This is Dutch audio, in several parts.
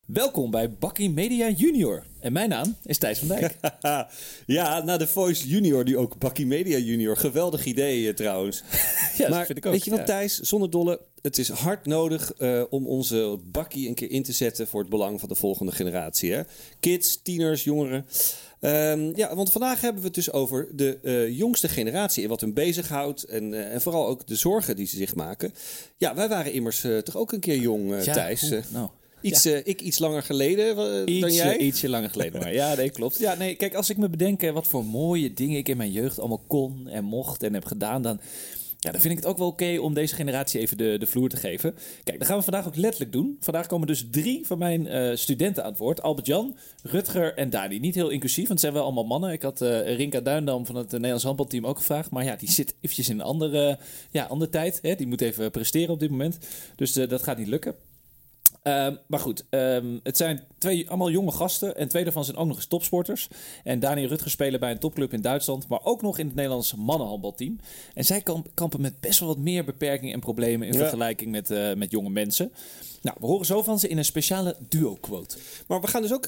Welkom bij Bakkie Media Junior. En mijn naam is Thijs van Dijk. Ja, na The Voice Junior, nu ook Bakkie Media Junior. Geweldig idee trouwens. Ja, maar dat vind ik ook. Weet je wat, Thijs, zonder dolle, het is hard nodig om onze bakkie een keer in te zetten voor het belang van de volgende generatie. Hè? Kids, tieners, jongeren. Want vandaag hebben we het dus over de jongste generatie en wat hun bezighoudt. En vooral ook de zorgen die ze zich maken. Ja, wij waren immers toch ook een keer jong, Thijs. Ik iets langer geleden dan jij? Ietsje langer geleden, maar ja, nee, klopt. Ja, nee, kijk, als ik me bedenk wat voor mooie dingen ik in mijn jeugd allemaal kon en mocht en heb gedaan, dan vind ik het ook wel oké om deze generatie even de vloer te geven. Kijk, dat gaan we vandaag ook letterlijk doen. Vandaag komen dus 3 van mijn studenten aan het woord. Albert-Jan, Rutger en Dani. Niet heel inclusief, want het zijn wel allemaal mannen. Ik had Rinka Duindam van het Nederlands handbalteam ook gevraagd. Maar ja, die zit eventjes in een andere tijd. Hè? Die moet even presteren op dit moment. Dus dat gaat niet lukken. Maar goed, het zijn allemaal jonge gasten. En 2 daarvan zijn ook nog eens topsporters. En Dani en Rutger spelen bij een topclub in Duitsland, maar ook nog in het Nederlands mannenhandbalteam. En zij kampen met best wel wat meer beperkingen en problemen in vergelijking met jonge mensen. Nou, we horen zo van ze in een speciale duo-quote. Maar we gaan dus ook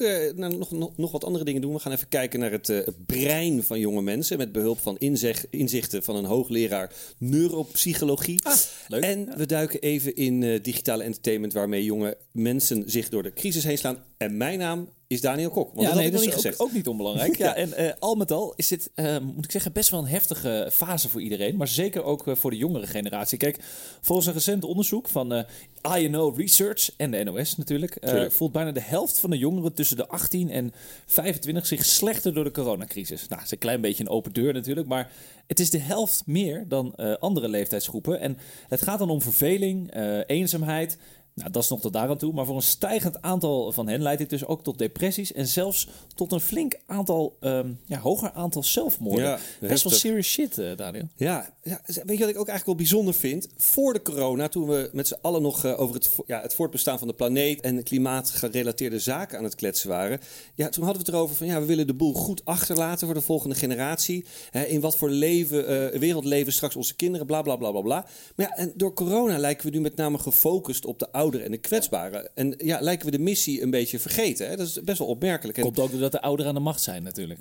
nog wat andere dingen doen. We gaan even kijken naar het brein van jonge mensen. Met behulp van inzichten van een hoogleraar neuropsychologie. Leuk. En we duiken even in digitale entertainment waarmee jonge mensen zich door de crisis heen slaan. En mijn naam is Daniel Kok. Want dat had ik nog niet gezegd. Ook niet onbelangrijk. Ja, en al met al is dit, moet ik zeggen, best wel een heftige fase voor iedereen. Maar zeker ook voor de jongere generatie. Kijk, volgens een recent onderzoek van INO Research en de NOS natuurlijk, voelt bijna de helft van de jongeren tussen de 18 en 25 zich slechter door de coronacrisis. Nou, dat is een klein beetje een open deur natuurlijk, maar het is de helft meer dan andere leeftijdsgroepen. En het gaat dan om verveling, eenzaamheid. Nou, dat is nog tot daar aan toe. Maar voor een stijgend aantal van hen leidt dit dus ook tot depressies. En zelfs tot een flink aantal, hoger aantal zelfmoorden. Ja, best wel serious shit, Daniel. Ja, weet je wat ik ook eigenlijk wel bijzonder vind? Voor de corona, toen we met z'n allen nog over het voortbestaan van de planeet en klimaatgerelateerde zaken aan het kletsen waren. Ja, toen hadden we het erover van we willen de boel goed achterlaten voor de volgende generatie. In wat voor wereld leven straks onze kinderen, bla bla bla bla bla. Maar ja, en door corona lijken we nu met name gefocust op de ouderen en de kwetsbaren. En lijken we de missie een beetje vergeten. Hè? Dat is best wel opmerkelijk. Komt ook doordat de ouderen aan de macht zijn natuurlijk.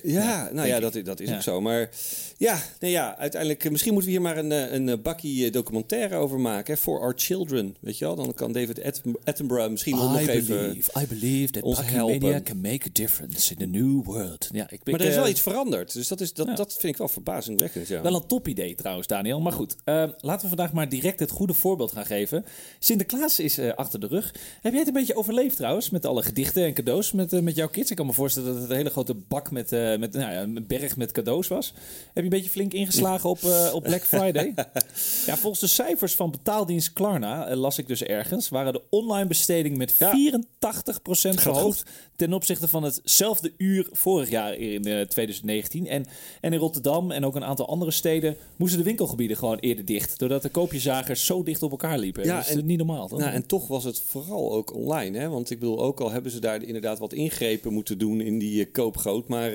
Dat is ook zo. Maar uiteindelijk, misschien moeten we hier maar een bakkie documentaire over maken. Hè? For Our Children, weet je wel? Dan kan David Attenborough misschien nog even I believe that Bakkie Media can make a difference in a new world. Ja, maar er is wel iets veranderd. Dus dat vind ik wel verbazingwekkend. Ja. Wel een top idee trouwens, Daniel. Maar goed, laten we vandaag maar direct het goede voorbeeld gaan geven. Sinterklaas is achter de rug. Heb jij het een beetje overleefd trouwens? Met alle gedichten en cadeaus met jouw kids? Ik kan me voorstellen dat het een hele grote bak met een berg met cadeaus was. Heb je een beetje flink ingeslagen op Black Friday? Ja, volgens de cijfers van betaaldienst Klarna, las ik dus ergens, waren de online bestedingen met 84% verhoogd ten opzichte van hetzelfde uur vorig jaar in 2019. En in Rotterdam en ook een aantal andere steden moesten de winkelgebieden gewoon eerder dicht. Doordat de koopjezagers zo dicht op elkaar liepen. Ja, dat is niet normaal. Toch? En toch was het vooral ook online. Hè? Want ik bedoel, ook al hebben ze daar inderdaad wat ingrepen moeten doen in die koopgoot. Maar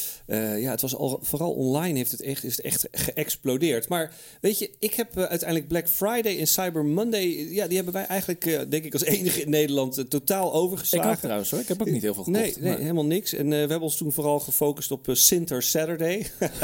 het was vooral online is het echt geëxplodeerd. Maar weet je, ik heb uiteindelijk Black Friday en Cyber Monday, die hebben wij eigenlijk, denk ik, als enige in Nederland totaal overgeslagen. Ik ook trouwens hoor. Ik heb ook niet heel veel gekocht. Nee, helemaal niks. En we hebben ons toen vooral gefocust op Sinter Saturday.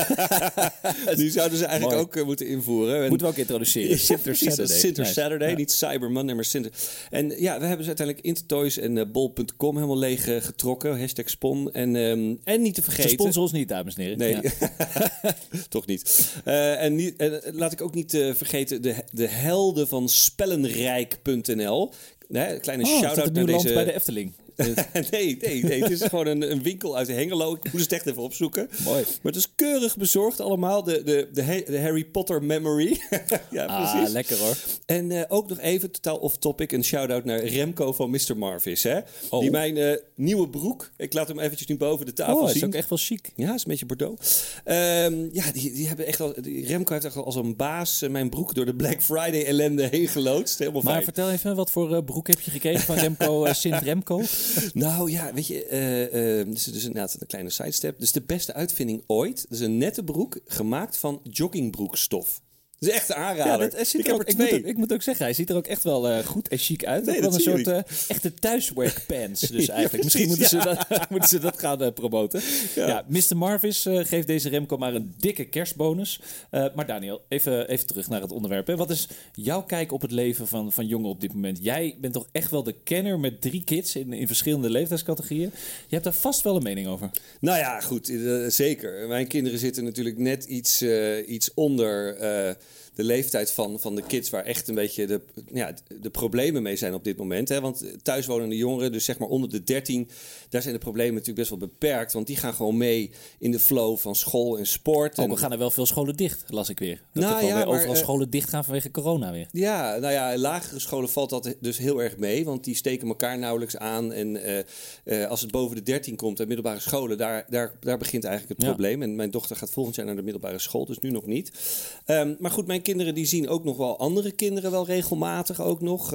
Die zouden ze eigenlijk ook moeten invoeren. Moeten we ook introduceren. Sinter Saturday, niet Cyber Monday, maar Sinter. En we hebben ze uiteindelijk Intertoys en bol.com helemaal leeg getrokken. #spon. En niet te vergeten. Ze sponsoren ons niet, dames en heren. Nee, toch niet. En laat ik ook niet vergeten de helden van spellenrijk.nl. Kleine shout-out naar deze... bij de Efteling. Nee. Het is gewoon een winkel uit Hengelo. Ik moest het echt even opzoeken. Mooi. Maar het is keurig bezorgd allemaal. De Harry Potter memory. Ja, precies. Lekker hoor. En ook nog even, totaal off-topic, een shout-out naar Remco van Mr. Marvis. Hè? Oh. Die mijn nieuwe broek, ik laat hem eventjes nu boven de tafel zien. Dat is ook echt wel chic. Ja, is een beetje Bordeaux. Die hebben echt al... Remco heeft echt al als een baas mijn broek door de Black Friday ellende heen geloodst. Helemaal fijn. Maar vertel even, wat voor broek heb je gekregen van Remco, Sint Remco? Nou ja, weet je, dus inderdaad een kleine sidestep. Dus de beste uitvinding ooit. Dus een nette broek gemaakt van joggingbroekstof. is echt een Ja, aanrader. ik moet ook zeggen, hij ziet er ook echt wel goed en chic uit. Nee, Ook wel dat een zie je soort echte thuiswerkpants dus eigenlijk. Ja, Misschien precies, moeten ze dat gaan promoten. Ja, Mr. Marvis geeft deze Remco maar een dikke kerstbonus. Maar Daniel, even terug naar het onderwerp. Hè. Wat is jouw kijk op het leven van jongen op dit moment? Jij bent toch echt wel de kenner met 3 kids in verschillende leeftijdscategorieën. Je hebt daar vast wel een mening over. Nou ja, goed, zeker. Mijn kinderen zitten natuurlijk net iets onder de leeftijd van de kids waar echt een beetje de problemen mee zijn op dit moment. Hè? Want thuiswonende jongeren, dus zeg maar onder de 13, daar zijn de problemen natuurlijk best wel beperkt. Want die gaan gewoon mee in de flow van school en sport. We gaan er wel veel scholen dicht, las ik weer. Dat er gewoon weer overal scholen dicht gaan vanwege corona weer. Ja, nou ja, in lagere scholen valt dat dus heel erg mee. Want die steken elkaar nauwelijks aan. En als het boven de 13 komt en middelbare scholen, daar begint eigenlijk het probleem. En mijn dochter gaat volgend jaar naar de middelbare school, dus nu nog niet. Maar goed, mijn kinderen die zien ook nog wel andere kinderen wel regelmatig ook nog.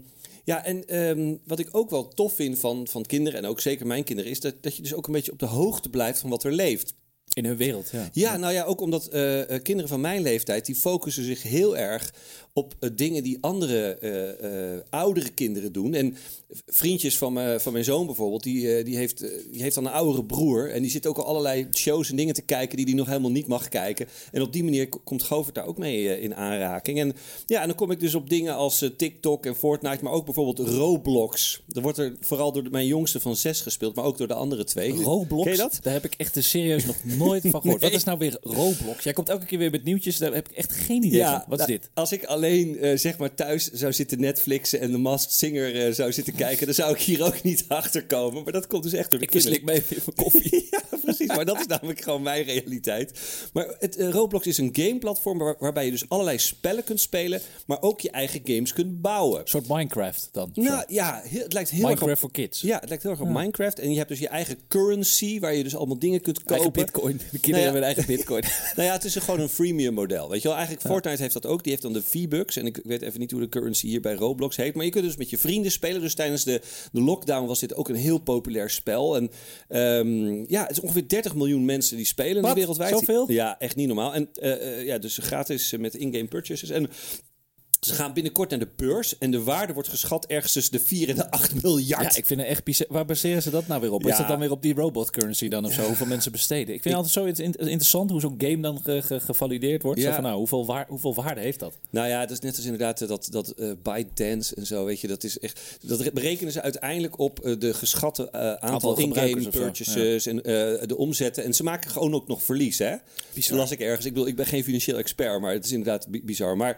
Wat ik ook wel tof vind van kinderen, en ook zeker mijn kinderen, is dat je dus ook een beetje op de hoogte blijft van wat er leeft. In hun wereld, ja. Ja, nou ja, ook omdat kinderen van mijn leeftijd, die focussen zich heel erg op dingen die andere oudere kinderen doen. En vriendjes van mijn zoon bijvoorbeeld, die heeft dan een oudere broer. En die zit ook al allerlei shows en dingen te kijken die hij nog helemaal niet mag kijken. En op die manier komt Govert daar ook mee in aanraking. En dan kom ik dus op dingen als TikTok en Fortnite, maar ook bijvoorbeeld Roblox. Er wordt er vooral door mijn jongste van 6 gespeeld, maar ook door de andere 2. Roblox? Ken je dat? Daar heb ik echt serieus nog nooit van gehoord. Nee. Wat is nou weer Roblox? Jij komt elke keer weer met nieuwtjes, daar heb ik echt geen idee van. Wat is dit? Als ik alleen zeg maar thuis zou zitten Netflixen en The Masked Singer zou zitten kijken, dan zou ik hier ook niet achter komen. Maar dat komt dus echt door de kinderen. Ik verslik mee in mijn koffie. Ja, precies. Maar dat is namelijk gewoon mijn realiteit. Maar Roblox is een gameplatform waarbij je dus allerlei spellen kunt spelen, maar ook je eigen games kunt bouwen. Een soort Minecraft dan? Nou ja, het lijkt heel erg op Minecraft voor kids. Ja, het lijkt heel erg op Minecraft. En je hebt dus je eigen currency, waar je dus allemaal dingen kunt kopen. Eigen bitcoin. De kinderen hebben een eigen bitcoin. Nou ja, het is gewoon een freemium model. Weet je wel, eigenlijk Fortnite heeft dat ook. Die heeft dan de V-Bucks. En ik weet even niet hoe de currency hier bij Roblox heet. Maar je kunt dus met je vrienden spelen. Dus tijdens de lockdown was dit ook een heel populair spel. En het is ongeveer 30 miljoen mensen die spelen wereldwijd. Zoveel? Ja, echt niet normaal. En dus gratis met in-game purchases. En ze gaan binnenkort naar de beurs en de waarde wordt geschat ergens tussen de 4 en de 8 miljard. Ja, ik vind het echt bizar. Waar baseren ze dat nou weer op? Ja. Is dat dan weer op die robot currency dan of zo? Hoeveel mensen besteden? Ik vind het altijd zo interessant hoe zo'n game dan gevalideerd wordt. Ja. Zo van, hoeveel waarde heeft dat? Nou ja, het is net als inderdaad dat ByteDance en zo, weet je. Dat is echt, dat berekenen ze uiteindelijk op de geschatte aantal in-game purchases en de omzetten. En ze maken gewoon ook nog verlies, hè? Bizar. Dat las ik ergens. Ik ben geen financieel expert, maar het is inderdaad bizar. Maar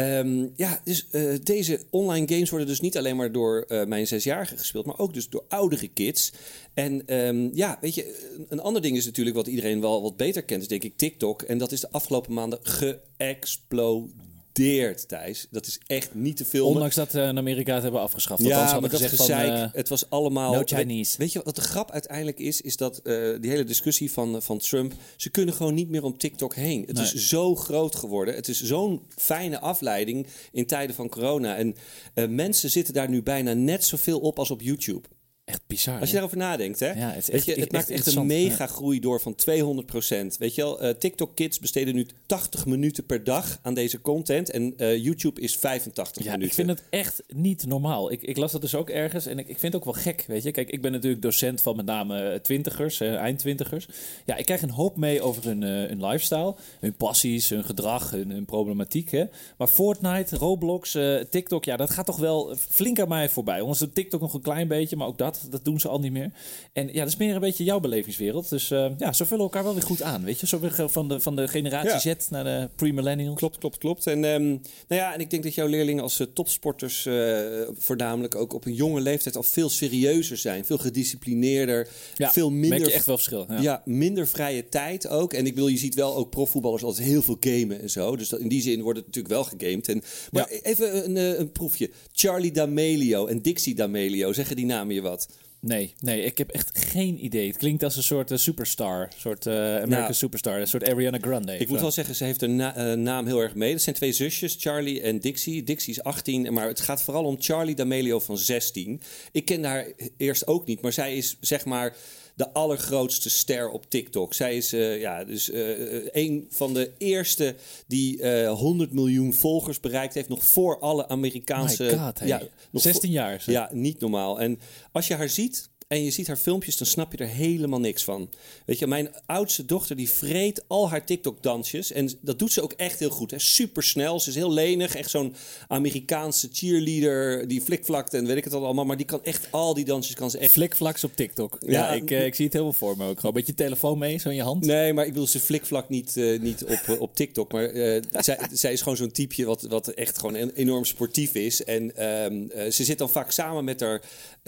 dus deze online games worden dus niet alleen maar door mijn 6-jarigen gespeeld, maar ook dus door oudere kids. En weet je, een ander ding is natuurlijk wat iedereen wel wat beter kent, is denk ik TikTok. En dat is de afgelopen maanden geëxplodeerd, Thijs. Dat is echt niet te filmen. Ondanks dat in Amerika het hebben afgeschaft. Ja, maar dat gezeik, het was allemaal... No Chinese. Weet je wat de grap uiteindelijk is? Is dat die hele discussie van Trump, ze kunnen gewoon niet meer om TikTok heen. Het is zo groot geworden. Het is zo'n fijne afleiding in tijden van corona. En mensen zitten daar nu bijna net zoveel op als op YouTube. Echt bizar. Als je daarover nadenkt, hè? Ja, het maakt echt een mega groei door van 200%. Weet je wel, TikTok Kids besteden nu 80 minuten per dag aan deze content. En YouTube is 85 minuten. Ik vind het echt niet normaal. Ik las dat dus ook ergens. En ik vind het ook wel gek, weet je. Kijk, ik ben natuurlijk docent van met name twintigers, eindtwintigers. Ja, ik krijg een hoop mee over hun lifestyle. Hun passies, hun gedrag, hun problematiek. Hè. Maar Fortnite, Roblox, TikTok, ja, dat gaat toch wel flink aan mij voorbij. Ondanks dat TikTok nog een klein beetje, maar ook dat doen ze al niet meer. En ja, dat is meer een beetje jouw belevingswereld. Dus ze vullen elkaar wel weer goed aan, weet je. Zo weer van de generatie Z naar de pre-millennials. Klopt. En en ik denk dat jouw leerlingen als topsporters voornamelijk ook op een jonge leeftijd al veel serieuzer zijn. Veel gedisciplineerder. Ja, veel minder, merk je echt wel verschil. Ja, minder vrije tijd ook. En je ziet wel ook profvoetballers altijd heel veel gamen en zo. Dus in die zin wordt het natuurlijk wel gegamed. Maar even een proefje. Charli D'Amelio en Dixie D'Amelio, zeggen die namen je wat? Nee, ik heb echt geen idee. Het klinkt als een soort superstar. Een soort American superstar. Een soort Ariana Grande. Ik moet wel zeggen, ze heeft een naam heel erg mee. Dat zijn 2 zusjes, Charli en Dixie. Dixie is 18, maar het gaat vooral om Charli D'Amelio van 16. Ik kende haar eerst ook niet, maar zij is zeg maar de allergrootste ster op TikTok. Zij is een van de eerste die 100 miljoen volgers bereikt heeft. Nog voor alle Amerikaanse... My God, hey. 16 jaar. Zo. Ja, niet normaal. En als je haar ziet... en je ziet haar filmpjes, dan snap je er helemaal niks van. Weet je, mijn oudste dochter die vreet al haar TikTok-dansjes. En dat doet ze ook echt heel goed. Super snel, ze is heel lenig. Echt zo'n Amerikaanse cheerleader die flikvlakt en weet ik het allemaal. Maar die kan echt al die dansjes kan ze echt... Flikvlaks op TikTok. Ja, ik zie het helemaal voor me ook. Gewoon met je telefoon mee, zo in je hand. Nee, maar ik bedoel, ze flikvlakt niet op TikTok. Maar zij is gewoon zo'n typeje wat echt gewoon enorm sportief is. En ze zit dan vaak samen met haar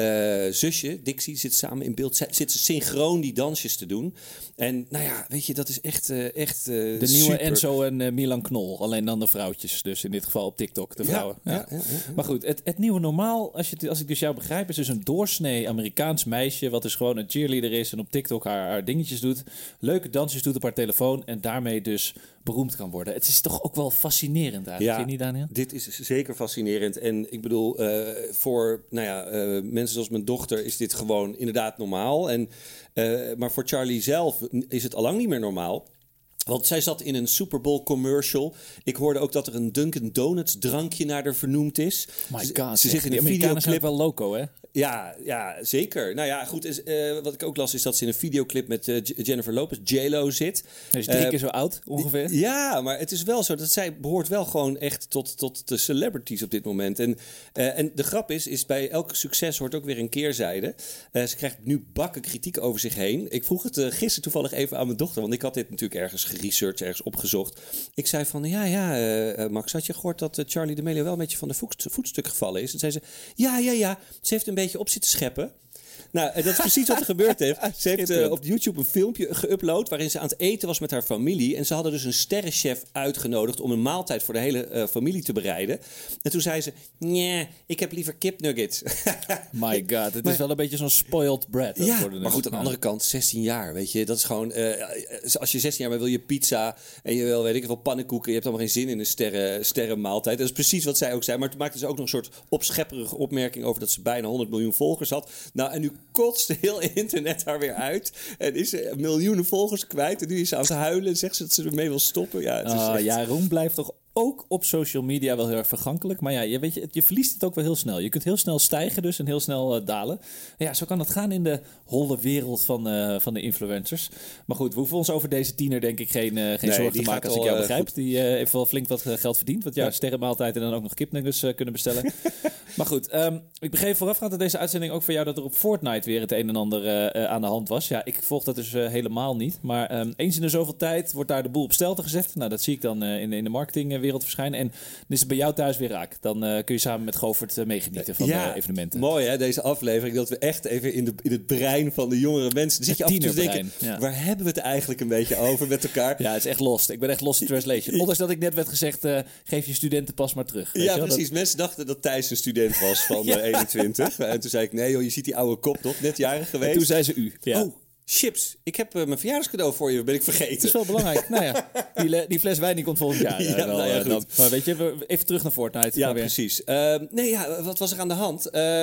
zusje, Dixie, zit samen in beeld. Zitten synchroon die dansjes te doen. En nou ja, weet je, dat is echt de nieuwe super. Enzo en Milan Knol. Alleen dan de vrouwtjes. Dus in dit geval op TikTok, de vrouwen. Ja. Maar goed, het nieuwe normaal, als ik dus jou begrijp, is dus een doorsnee Amerikaans meisje, wat dus gewoon een cheerleader is en op TikTok haar dingetjes doet. Leuke dansjes doet op haar telefoon en daarmee dus beroemd kan worden. Het is toch ook wel fascinerend eigenlijk, vind je niet, Daniel? Dit is zeker fascinerend. En ik bedoel, voor mensen zoals mijn dochter is dit gewoon inderdaad normaal. Maar voor Charlie zelf is het allang niet meer normaal. Want zij zat in een Super Bowl commercial. Ik hoorde ook dat er een Dunkin' Donuts drankje naar haar vernoemd is. My God, ze zit in een Amerikanen zijn ook videoclip. wel loco, hè? Ja, zeker. Nou ja, goed. Wat ik ook las is dat ze in een videoclip met Jennifer Lopez, J-Lo, zit. Hij is 3 keer zo oud, ongeveer. Ja, maar het is wel zo dat zij behoort wel gewoon echt tot de celebrities op dit moment. En de grap is bij elk succes hoort ook weer een keerzijde. Ze krijgt nu bakken kritiek over zich heen. Ik vroeg het gisteren toevallig even aan mijn dochter, want ik had dit natuurlijk ergens geresearched, ergens opgezocht. Ik zei van, Max, had je gehoord dat Charli D'Amelio wel een beetje van de voetstuk gevallen is? En zei ze, ja, ze heeft een beetje op zitten scheppen. Nou, dat is precies wat er gebeurd heeft. Ze heeft op YouTube een filmpje geüpload waarin ze aan het eten was met haar familie. En ze hadden dus een sterrenchef uitgenodigd om een maaltijd voor de hele familie te bereiden. En toen zei ze, nee, ik heb liever kipnuggets. My God, het is wel een beetje zo'n spoiled brat. Ja, maar goed, aan de andere kant, 16 jaar, weet je. Dat is gewoon, als je 16 jaar bent, wil je pizza en je wil, weet ik veel, pannenkoeken. Je hebt allemaal geen zin in een sterrenmaaltijd. Dat is precies wat zij ook zei. Maar toen maakte ze ook nog een soort opschepperige opmerking over dat ze bijna 100 miljoen volgers had. Nou, en nu kotst heel internet haar weer uit. En is ze miljoenen volgers kwijt. En nu is ze aan het huilen en zegt ze dat ze ermee wil stoppen. Ja, het is echt... Roem blijft toch ook op social media wel heel erg vergankelijk. Maar ja, je verliest het ook wel heel snel. Je kunt heel snel stijgen dus en heel snel dalen. Ja, zo kan het gaan in de holle wereld van de influencers. Maar goed, we hoeven ons over deze tiener denk ik geen zorgen te maken als ik jou begrijp. Goed. Die heeft wel flink wat geld verdiend. Want sterrenmaaltijd en dan ook nog kipnuggets kunnen bestellen. Maar goed, ik begreep voorafgaand aan deze uitzending ook voor jou dat er op Fortnite weer het een en ander aan de hand was. Ja, ik volg dat dus helemaal niet. Maar eens in de zoveel tijd wordt daar de boel op stelte gezet. Nou, dat zie ik dan in de marketingwereld verschijnen. En dan is het bij jou thuis weer raak. Dan kun je samen met Govert meegenieten van de evenementen. Mooi hè, deze aflevering. Dat we echt even in het brein van de jongere mensen... Dan zit je af en toe te denken, waar hebben we het eigenlijk een beetje over met elkaar? Ja, het is echt lost. Ik ben echt lost in translation. Ondanks dat ik net werd gezegd, geef je studentenpas maar terug. Ja, precies. Mensen dachten dat Thijs een student was van 21. En toen zei ik, nee joh, je ziet die oude kop toch, net jarig geweest. En toen zei ze u. Ja. Oh, chips. Ik heb mijn verjaardagscadeau voor je, ben ik vergeten. Dat is wel belangrijk. Nou ja, die fles wijn die komt volgend jaar. Goed. Maar weet je, even terug naar Fortnite. Ja, precies. Wat was er aan de hand?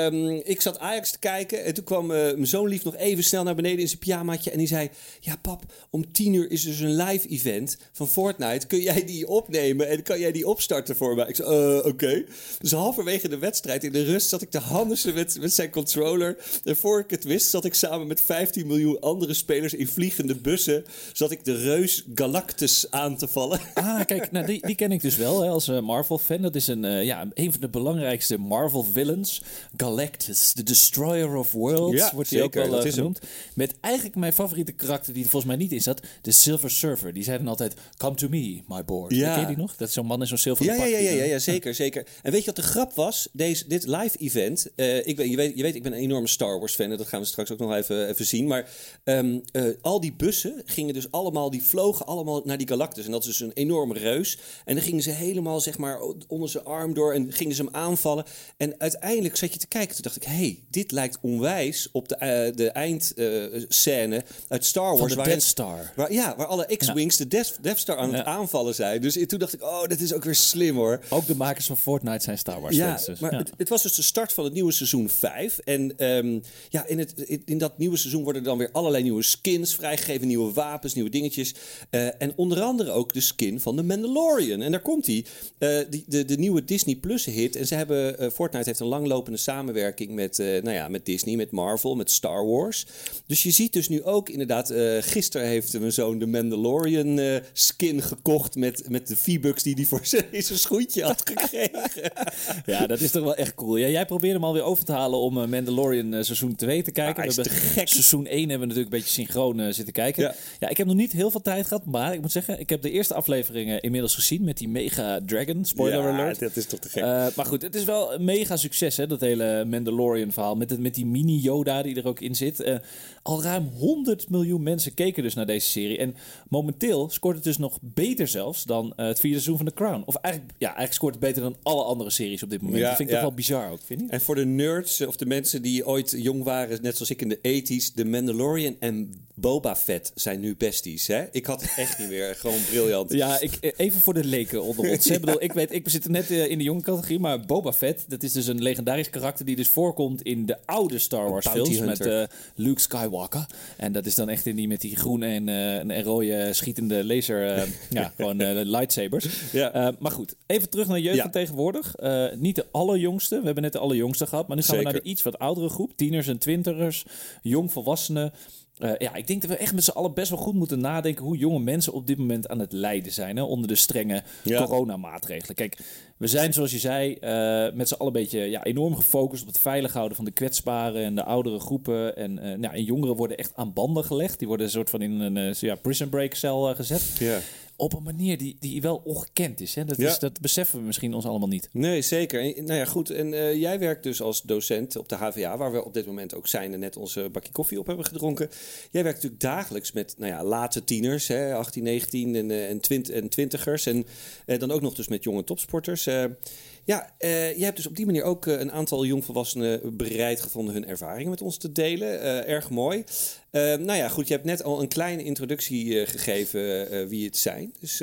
Ik zat Ajax te kijken en toen kwam mijn zoon lief nog even snel naar beneden in zijn pyjamaatje. En die zei, ja pap, om 10:00 is dus een live event van Fortnite. Kun jij die opnemen en kan jij die opstarten voor mij? Ik zei, oké. Dus halverwege de wedstrijd in de rust zat ik te hannissen met zijn controller. En voor ik het wist zat ik samen met 15 miljoen andere spelers in vliegende bussen, zat ik de reus Galactus aan te vallen. Ah, kijk, nou, die ken ik dus wel hè, als Marvel-fan. Dat is een van de belangrijkste Marvel-villains. Galactus, the Destroyer of Worlds, wordt hij ook wel genoemd. Met eigenlijk mijn favoriete karakter, die er volgens mij niet in zat, de Silver Surfer. Die zei dan altijd, come to me, my board. Ja. Ken je die nog? Dat is zo'n man in zo'n zilveren pak. Ja, zeker. En weet je wat de grap was? Dit live event, je weet, ik ben een enorme Star Wars fan en dat gaan we straks ook nog even zien, maar al die bussen gingen dus die vlogen allemaal naar die Galactus. En dat is dus een enorme reus. En dan gingen ze helemaal, zeg maar, onder zijn arm door en gingen ze hem aanvallen. En uiteindelijk zat je te kijken. Toen dacht ik, dit lijkt onwijs op de eindscène uit Star Wars. Van de Death Star. Waar alle X-Wings de Death Star aan het aanvallen zijn. Dus toen dacht ik, dat is ook weer slim hoor. Ook de makers van Fortnite zijn Star Wars fans. Dus. Maar het was dus de start van het nieuwe seizoen 5. En in dat nieuwe seizoen worden er dan weer allerlei allerlei nieuwe skins vrijgegeven, nieuwe wapens, nieuwe dingetjes. En onder andere ook de skin van de Mandalorian. En daar komt hij. De nieuwe Disney Plus hit. En ze hebben, Fortnite heeft een langlopende samenwerking met Disney, met Marvel, met Star Wars. Dus je ziet dus nu ook inderdaad, gisteren heeft mijn zoon de Mandalorian skin gekocht met de V-Bucks die hij voor zijn schoentje had gekregen. Ja, dat is toch wel echt cool. Ja, jij probeerde hem alweer over te halen om Mandalorian seizoen 2 te kijken. Hij is te gek. Seizoen 1 hebben we natuurlijk een beetje synchroon zitten kijken. Ja, ik heb nog niet heel veel tijd gehad, maar ik moet zeggen, ik heb de eerste afleveringen inmiddels gezien met die mega dragon, spoiler alert. Dat is toch te gek. Maar goed, het is wel een mega succes, hè, dat hele Mandalorian verhaal. Met die mini Yoda die er ook in zit. Al ruim 100 miljoen mensen keken dus naar deze serie. En momenteel scoort het dus nog beter zelfs dan het 4e seizoen van The Crown. Of eigenlijk scoort het beter dan alle andere series op dit moment. Dat vind ik toch wel bizar ook, vind je? En voor de nerds of de mensen die ooit jong waren, net zoals ik in de 80s, de Mandalorian en Boba Fett zijn nu besties, hè? Ik had het echt niet meer. Gewoon briljant. Ja, even voor de leken onder ons. Ik bedoel, ik zit net in de jonge categorie, maar Boba Fett, dat is dus een legendarisch karakter die dus voorkomt in de oude Star Wars films met Luke Skywalker. En dat is dan echt met die groene en rode schietende laser, gewoon lightsabers. Ja. Maar goed, even terug naar jeugd van tegenwoordig. Niet de allerjongste. We hebben net de allerjongste gehad, maar nu gaan we naar de iets wat oudere groep. Tieners en twintigers, jongvolwassenen. Ik denk dat we echt met z'n allen best wel goed moeten nadenken hoe jonge mensen op dit moment aan het lijden zijn, hè, onder de strenge coronamaatregelen. Kijk, we zijn, zoals je zei, met z'n allen een beetje enorm gefocust op het veilig houden van de kwetsbaren en de oudere groepen. En jongeren worden echt aan banden gelegd. Die worden een soort van in een prison break cel gezet. Ja. Op een manier die wel ongekend is. Hè? Dat beseffen we misschien ons allemaal niet. Nee, zeker. En, goed. En jij werkt dus als docent op de HVA, waar we op dit moment ook zijn en net onze bakje koffie op hebben gedronken. Jij werkt natuurlijk dagelijks met late tieners, hè, 18, 19 en twintigers. En dan ook nog dus met jonge topsporters. Jij hebt dus op die manier ook een aantal jongvolwassenen bereid gevonden hun ervaringen met ons te delen. Erg mooi. Goed, je hebt net al een kleine introductie gegeven wie het zijn. Dus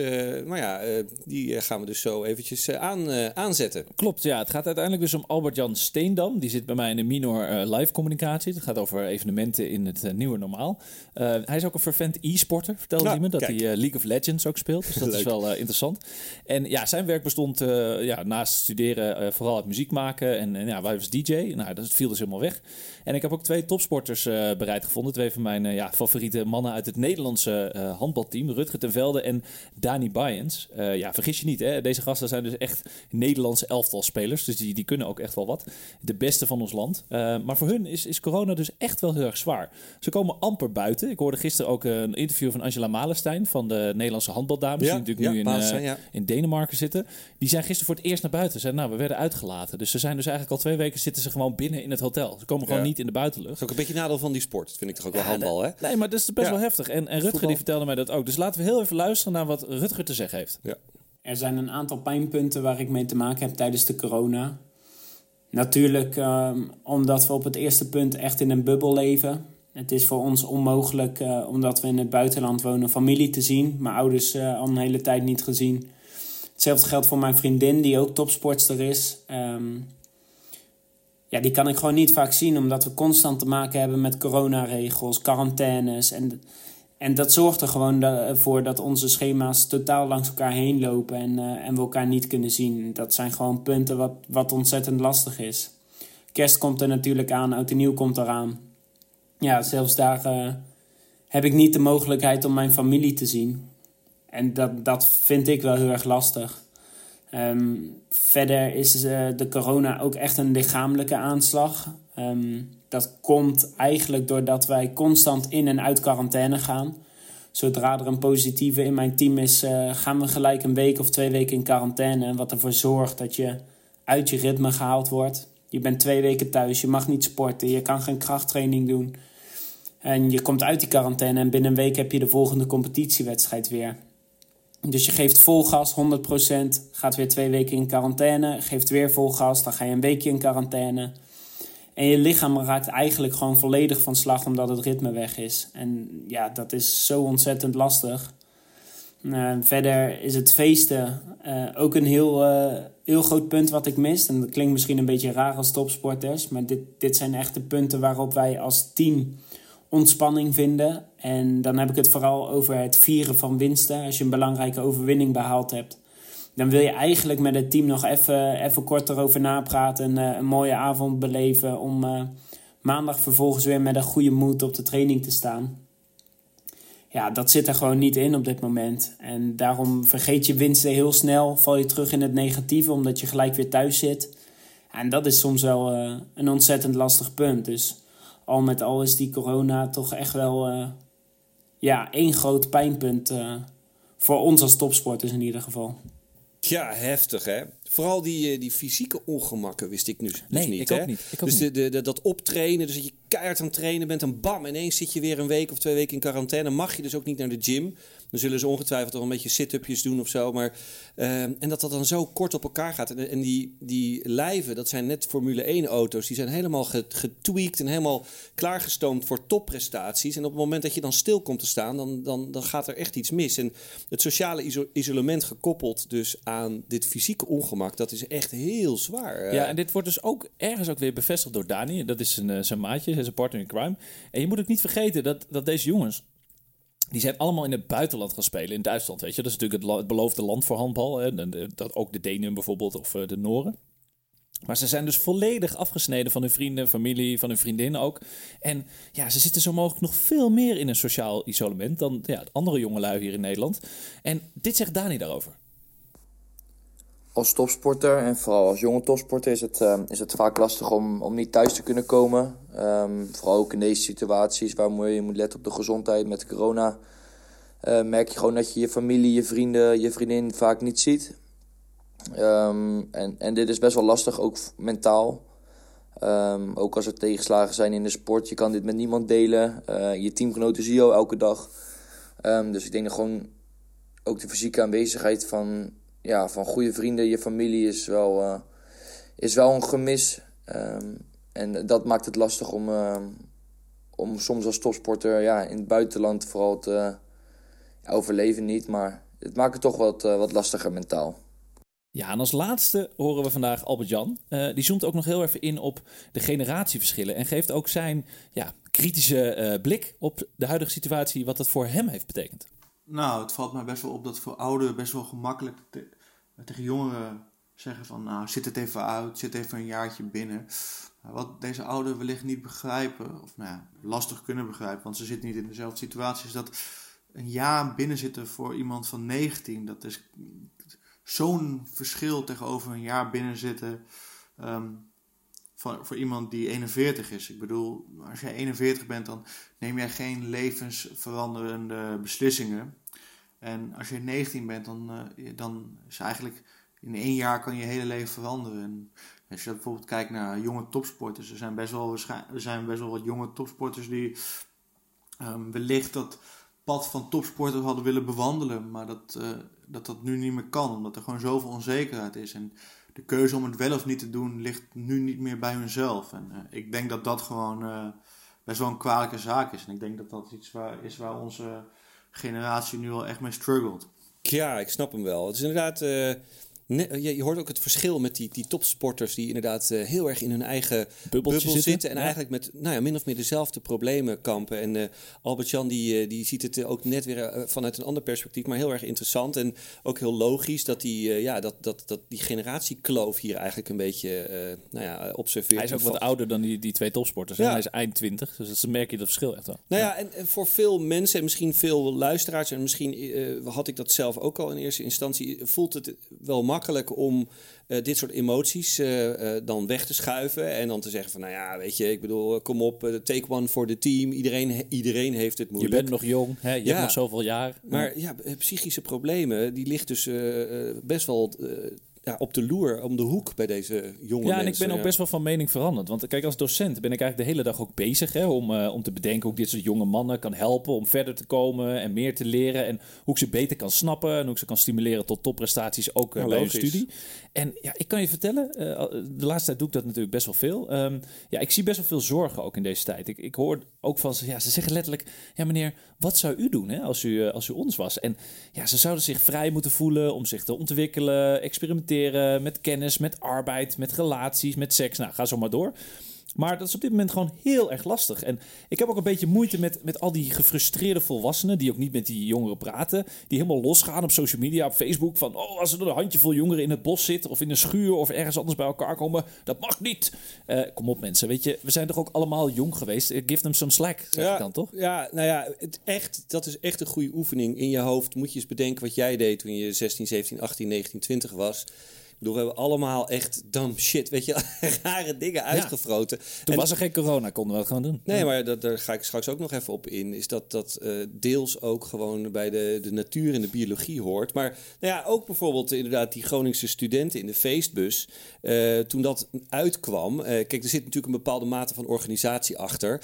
die gaan we dus zo eventjes aanzetten. Klopt, ja. Het gaat uiteindelijk dus om Albert-Jan Steendam. Die zit bij mij in de minor live communicatie. Het gaat over evenementen in het nieuwe normaal. Hij is ook een fervent e-sporter, vertelde hij me. Dat hij League of Legends ook speelt. Dus dat is wel interessant. En zijn werk bestond naast studeren vooral uit muziek maken. En hij was DJ. Dat viel dus helemaal weg. En ik heb ook 2 topsporters bereid gevonden. 2 van mijn favoriete mannen uit het Nederlandse handbalteam. Rutger ten Velde en Dani Bayens. Vergis je niet, hè? Deze gasten zijn dus echt Nederlandse elftalspelers. Dus die kunnen ook echt wel wat. De beste van ons land. Maar voor hun is corona dus echt wel heel erg zwaar. Ze komen amper buiten. Ik hoorde gisteren ook een interview van Angela Malenstein van de Nederlandse handbaldames. Die natuurlijk nu in Denemarken zitten. Die zijn gisteren voor het eerst naar buiten. Zeiden, we werden uitgelaten. Dus ze zijn dus eigenlijk al 2 weken zitten ze gewoon binnen in het hotel. Ze komen gewoon niet in de buitenlucht. Dat is ook een beetje nadeel van die sport. Dat vind ik toch ook wel handbal, hè? Nee, maar dat is best wel heftig. En Rutger die vertelde mij dat ook. Dus laten we heel even luisteren naar wat Rutger te zeggen heeft. Ja. Er zijn een aantal pijnpunten waar ik mee te maken heb tijdens de corona. Natuurlijk omdat we op het eerste punt echt in een bubbel leven. Het is voor ons onmogelijk, omdat we in het buitenland wonen, familie te zien. Mijn ouders al een hele tijd niet gezien. Hetzelfde geldt voor mijn vriendin, die ook topsportster is. Die kan ik gewoon niet vaak zien, omdat we constant te maken hebben met coronaregels, quarantaines. En dat zorgt er gewoon voor dat onze schema's totaal langs elkaar heen lopen en we elkaar niet kunnen zien. Dat zijn gewoon punten wat ontzettend lastig is. Kerst komt er natuurlijk aan, Oud en Nieuw komt eraan. Ja, zelfs daar heb ik niet de mogelijkheid om mijn familie te zien. En dat vind ik wel heel erg lastig. Verder is de corona ook echt een lichamelijke aanslag. Dat komt eigenlijk doordat wij constant in en uit quarantaine gaan. Zodra er een positieve in mijn team is, gaan we gelijk een week of 2 weken in quarantaine. En wat ervoor zorgt dat je uit je ritme gehaald wordt. Je bent 2 weken thuis, je mag niet sporten, je kan geen krachttraining doen. En je komt uit die quarantaine en binnen een week heb je de volgende competitiewedstrijd weer. Dus je geeft vol gas, 100%, gaat weer 2 weken in quarantaine, geeft weer vol gas, dan ga je een weekje in quarantaine. En je lichaam raakt eigenlijk gewoon volledig van slag omdat het ritme weg is. En ja, dat is zo ontzettend lastig. Verder is het feesten ook een heel groot punt wat ik mis. En dat klinkt misschien een beetje raar als topsporters, maar dit zijn echt de punten waarop wij als team ontspanning vinden. En dan heb ik het vooral over het vieren van winsten. Als je een belangrijke overwinning behaald hebt, dan wil je eigenlijk met het team nog even kort erover napraten. Een mooie avond beleven om maandag vervolgens weer met een goede moed op de training te staan. Ja, dat zit er gewoon niet in op dit moment. En daarom vergeet je winsten heel snel. Val je terug in het negatieve omdat je gelijk weer thuis zit. En dat is soms wel een ontzettend lastig punt. Dus al met al is die corona toch echt wel één groot pijnpunt voor ons als topsporters in ieder geval. Ja, heftig hè. Vooral die fysieke ongemakken wist ik dus Nee, niet. ik hè? ook niet. Dus dat optrainen, dus dat je keihard aan het trainen bent en bam, ineens zit je weer een week of 2 weken in quarantaine. Mag je dus ook niet naar de gym. Dan zullen ze ongetwijfeld toch een beetje sit-upjes doen of zo. Maar, en dat dan zo kort op elkaar gaat. En die lijven, dat zijn net Formule 1 auto's. Die zijn helemaal getweakt en helemaal klaargestoomd voor topprestaties. En op het moment dat je dan stil komt te staan, dan gaat er echt iets mis. En het sociale isolement gekoppeld dus aan dit fysieke ongemak, dat is echt heel zwaar. Ja, en dit wordt dus ook ergens ook weer bevestigd door Dani. Dat is zijn maatje, zijn partner in crime. En je moet ook niet vergeten dat deze jongens, die zijn allemaal in het buitenland gaan spelen, in Duitsland, weet je. Dat is natuurlijk het beloofde land voor handbal. Hè. Dat ook de Denen bijvoorbeeld, of de Noren. Maar ze zijn dus volledig afgesneden van hun vrienden, familie, van hun vriendinnen ook. En ja, ze zitten zo mogelijk nog veel meer in een sociaal isolement dan de andere jongelui hier in Nederland. En dit zegt Dani daarover. Als topsporter en vooral als jonge topsporter is het vaak lastig om niet thuis te kunnen komen. Vooral ook in deze situaties waar je moet letten op de gezondheid met de corona. Merk je gewoon dat je je familie, je vrienden, je vriendin vaak niet ziet. En dit is best wel lastig, ook mentaal. Ook als er tegenslagen zijn in de sport. Je kan dit met niemand delen. Je teamgenoten zie je al elke dag. Dus ik denk dat gewoon ook de fysieke aanwezigheid van goede vrienden, je familie is wel een gemis. En dat maakt het lastig om soms als topsporter in het buitenland vooral te overleven niet. Maar het maakt het toch wat lastiger mentaal. Ja, en als laatste horen we vandaag Albert-Jan. Die zoomt ook nog heel even in op de generatieverschillen en geeft ook zijn kritische blik op de huidige situatie, wat het voor hem heeft betekend. Nou, het valt mij best wel op dat voor ouderen best wel gemakkelijk tegen jongeren zeggen van, nou, zit het even uit, zit even een jaartje binnen. Wat deze ouderen wellicht niet begrijpen, of lastig kunnen begrijpen, want ze zitten niet in dezelfde situatie, is dat een jaar binnenzitten voor iemand van 19, dat is zo'n verschil tegenover een jaar binnenzitten voor iemand die 41 is. Ik bedoel, als jij 41 bent, dan neem jij geen levensveranderende beslissingen. En als je 19 bent, dan is eigenlijk in 1 jaar kan je hele leven veranderen. En als je bijvoorbeeld kijkt naar jonge topsporters, er zijn best wel wat jonge topsporters die wellicht dat pad van topsporter hadden willen bewandelen, maar dat nu niet meer kan, omdat er gewoon zoveel onzekerheid is. En de keuze om het wel of niet te doen ligt nu niet meer bij hunzelf. En ik denk dat dat gewoon best wel een kwalijke zaak is. En ik denk dat dat iets is waar onze generatie nu al echt mee struggelt. Ja, ik snap hem wel. Het is inderdaad, je hoort ook het verschil met die topsporters die inderdaad heel erg in hun eigen bubbel zitten. En eigenlijk met min of meer dezelfde problemen kampen. En Albert-Jan die ziet het ook net weer vanuit een ander perspectief, maar heel erg interessant. En ook heel logisch dat die generatiekloof hier eigenlijk een beetje observeert. Hij is ook wat ouder dan die 2 topsporters. Ja. Hij is eind 20, dus dan merk je dat verschil echt wel. En voor veel mensen en misschien veel luisteraars, en misschien had ik dat zelf ook al in eerste instantie, voelt het wel makkelijk om dit soort emoties dan weg te schuiven en dan te zeggen van, weet je, ik bedoel, kom op, take one for the team. Iedereen heeft het moeilijk. Je bent nog jong, hè? Je hebt nog zoveel jaar. Maar psychische problemen, die ligt dus best wel op de loer, om de hoek bij deze jonge mensen. Ja, en ik ben ook best wel van mening veranderd. Want kijk, als docent ben ik eigenlijk de hele dag ook bezig om te bedenken hoe ik dit soort jonge mannen kan helpen om verder te komen en meer te leren. En hoe ik ze beter kan snappen en hoe ik ze kan stimuleren tot topprestaties ook bij hun studie. En ik kan je vertellen, de laatste tijd doe ik dat natuurlijk best wel veel. Ik zie best wel veel zorgen ook in deze tijd. Ik hoor ook van ze, ze zeggen letterlijk, meneer, wat zou u doen als u ons was? En ze zouden zich vrij moeten voelen om zich te ontwikkelen, experimenteren met kennis, met arbeid, met relaties, met seks. Nou, ga zo maar door. Maar dat is op dit moment gewoon heel erg lastig. En ik heb ook een beetje moeite met al die gefrustreerde volwassenen... die ook niet met die jongeren praten... die helemaal losgaan op social media, op Facebook... van als er een handjevol jongeren in het bos zitten... of in een schuur of ergens anders bij elkaar komen... dat mag niet. Kom op mensen, weet je... we zijn toch ook allemaal jong geweest? Give them some slack, zeg ik dan, toch? Ja, nou ja, dat is echt een goede oefening. In je hoofd moet je eens bedenken wat jij deed... toen je 16, 17, 18, 19, 20 was... We hebben allemaal echt dumb shit, weet je, rare dingen uitgefroten. Toen was er geen corona, konden we het gewoon doen. Nee, maar daar ga ik straks ook nog even op in. Is dat deels ook gewoon bij de natuur en de biologie hoort. Maar nou ja, ook bijvoorbeeld inderdaad die Groningse studenten in de feestbus. Toen dat uitkwam, kijk, er zit natuurlijk een bepaalde mate van organisatie achter.